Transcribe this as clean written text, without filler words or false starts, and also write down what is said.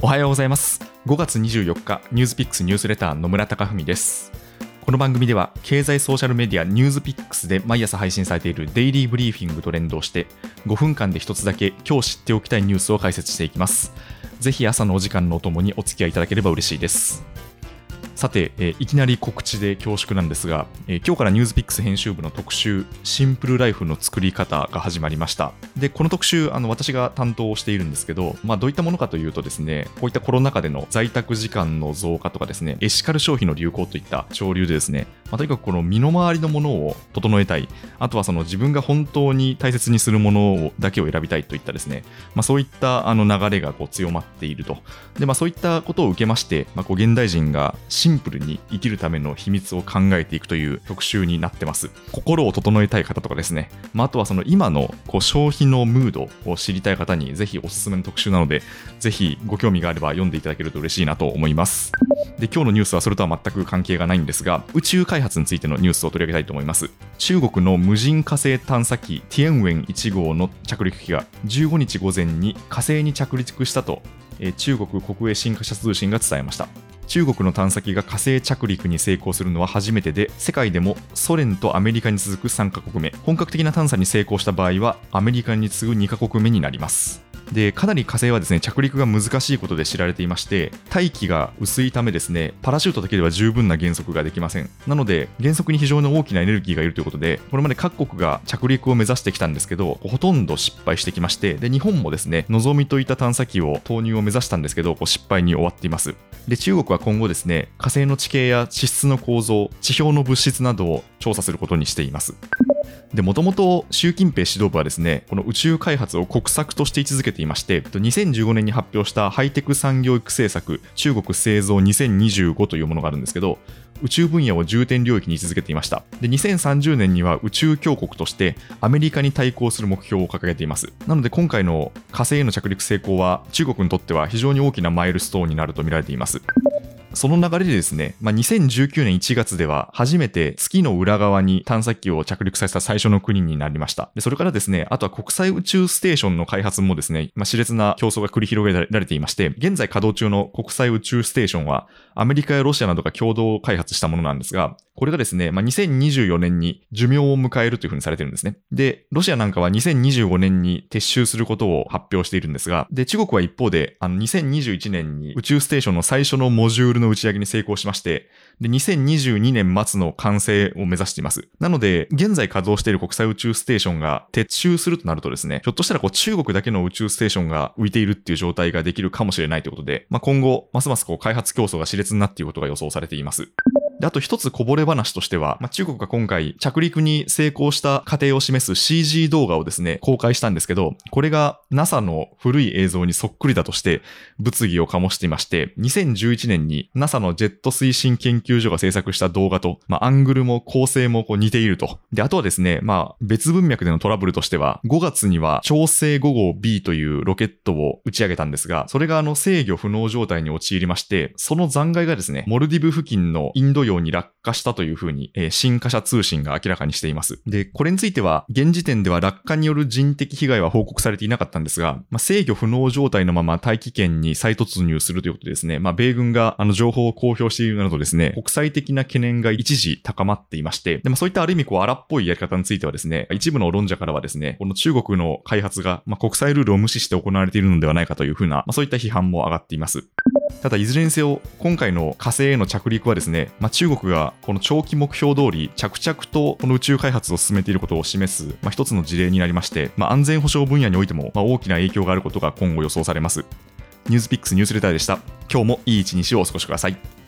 おはようございます。5月24日ニュースピックスニュースレター野村貴文です。この番組では経済ソーシャルメディアニュースピックスで毎朝配信されているデイリーブリーフィングと連動して5分間で一つだけ今日知っておきたいニュースを解説していきます。ぜひ朝のお時間のおともにお付き合いいただければ嬉しいです。さて、いきなり告知で恐縮なんですが、今日からニュースピックス編集部の特集シンプルライフの作り方が始まりました。でこの特集私が担当しているんですけど、どういったものかというとですね、こういったコロナ禍での在宅時間の増加とかですね、エシカル消費の流行といった潮流でですね、とにかくこの身の回りのものを整えたい、あとはその自分が本当に大切にするものだけを選びたいといったですね、そういった流れが強まっていると。で、そういったことを受けまして、現代人がシンプルに生きるための秘密を考えていくという特集になってます。心を整えたい方とかですね、あとはその今の消費のムードを知りたい方にぜひおすすめの特集なので、ぜひご興味があれば読んでいただけると嬉しいなと思います。で、今日のニュースはそれとは全く関係がないんですが、宇宙開発についてのニュースを取り上げたいと思います。中国の無人火星探査機ティエンウェン1号の着陸機が15日午前に火星に着陸したと、中国国営新華社通信が伝えました。中国の探査機が火星着陸に成功するのは初めてで、世界でもソ連とアメリカに続く3カ国目、本格的な探査に成功した場合はアメリカに次ぐ2カ国目になります。で、かなり火星はですね、着陸が難しいことで知られていまして、大気が薄いためですね、パラシュートだけでは十分な減速ができません。なので減速に非常に大きなエネルギーがいるということで、これまで各国が着陸を目指してきたんですけど、ほとんど失敗してきまして、で日本もですね、のぞみといった探査機を投入を目指したんですけど、失敗に終わっています。で、中国は今後ですね、火星の地形や地質の構造、地表の物質などを調査することにしています。で、もともと習近平指導部はですね、この宇宙開発を国策として位置づけていまして、2015年に発表したハイテク産業育成策中国製造2025というものがあるんですけど、宇宙分野を重点領域に位置づけていました。で、2030年には宇宙強国としてアメリカに対抗する目標を掲げています。なので今回の火星への着陸成功は中国にとっては非常に大きなマイルストーンになると見られています。その流れでですね、2019年1月では初めて月の裏側に探査機を着陸させた最初の国になりました。で、それからですね、あとは国際宇宙ステーションの開発もですね、熾烈な競争が繰り広げられていまして、現在稼働中の国際宇宙ステーションはアメリカやロシアなどが共同開発したものなんですが、これがですね、2024年に寿命を迎えるというふうにされてるんですね。で、ロシアなんかは2025年に撤収することを発表しているんですが、で、中国は一方で、2021年に宇宙ステーションの最初のモジュールの打ち上げに成功しまして、で、2022年末の完成を目指しています。なので、現在稼働している国際宇宙ステーションが撤収するとなるとですね、ひょっとしたら中国だけの宇宙ステーションが浮いているっていう状態ができるかもしれないということで、今後、ますます開発競争が熾烈になっていることが予想されています。で、あと一つこぼれ話としては、中国が今回着陸に成功した過程を示す CG 動画をですね、公開したんですけど、これが NASA の古い映像にそっくりだとして物議を醸していまして、2011年に NASA のジェット推進研究所が制作した動画と、アングルも構成も似ていると。で、あとはですね、別文脈でのトラブルとしては、5月には長征5号 B というロケットを打ち上げたんですが、それが制御不能状態に陥りまして、その残骸がですね、モルディブ付近のインド洋に落下したというふうに、新華社通信が明らかにしています。で、これについては現時点では落下による人的被害は報告されていなかったんですが、制御不能状態のまま大気圏に再突入するということでですね、米軍が情報を公表しているなどですね、国際的な懸念が一時高まっていまして、で、そういったある意味荒っぽいやり方についてはですね、一部の論者からはですね、この中国の開発が国際ルールを無視して行われているのではないかというふうな、そういった批判も上がっています。ただいずれにせよ今回の火星への着陸はですね、中国がこの長期目標通り着々とこの宇宙開発を進めていることを示す、一つの事例になりまして、安全保障分野においても大きな影響があることが今後予想されます。ニュースピックスニュースレターでした。今日もいい一日をお過ごしください。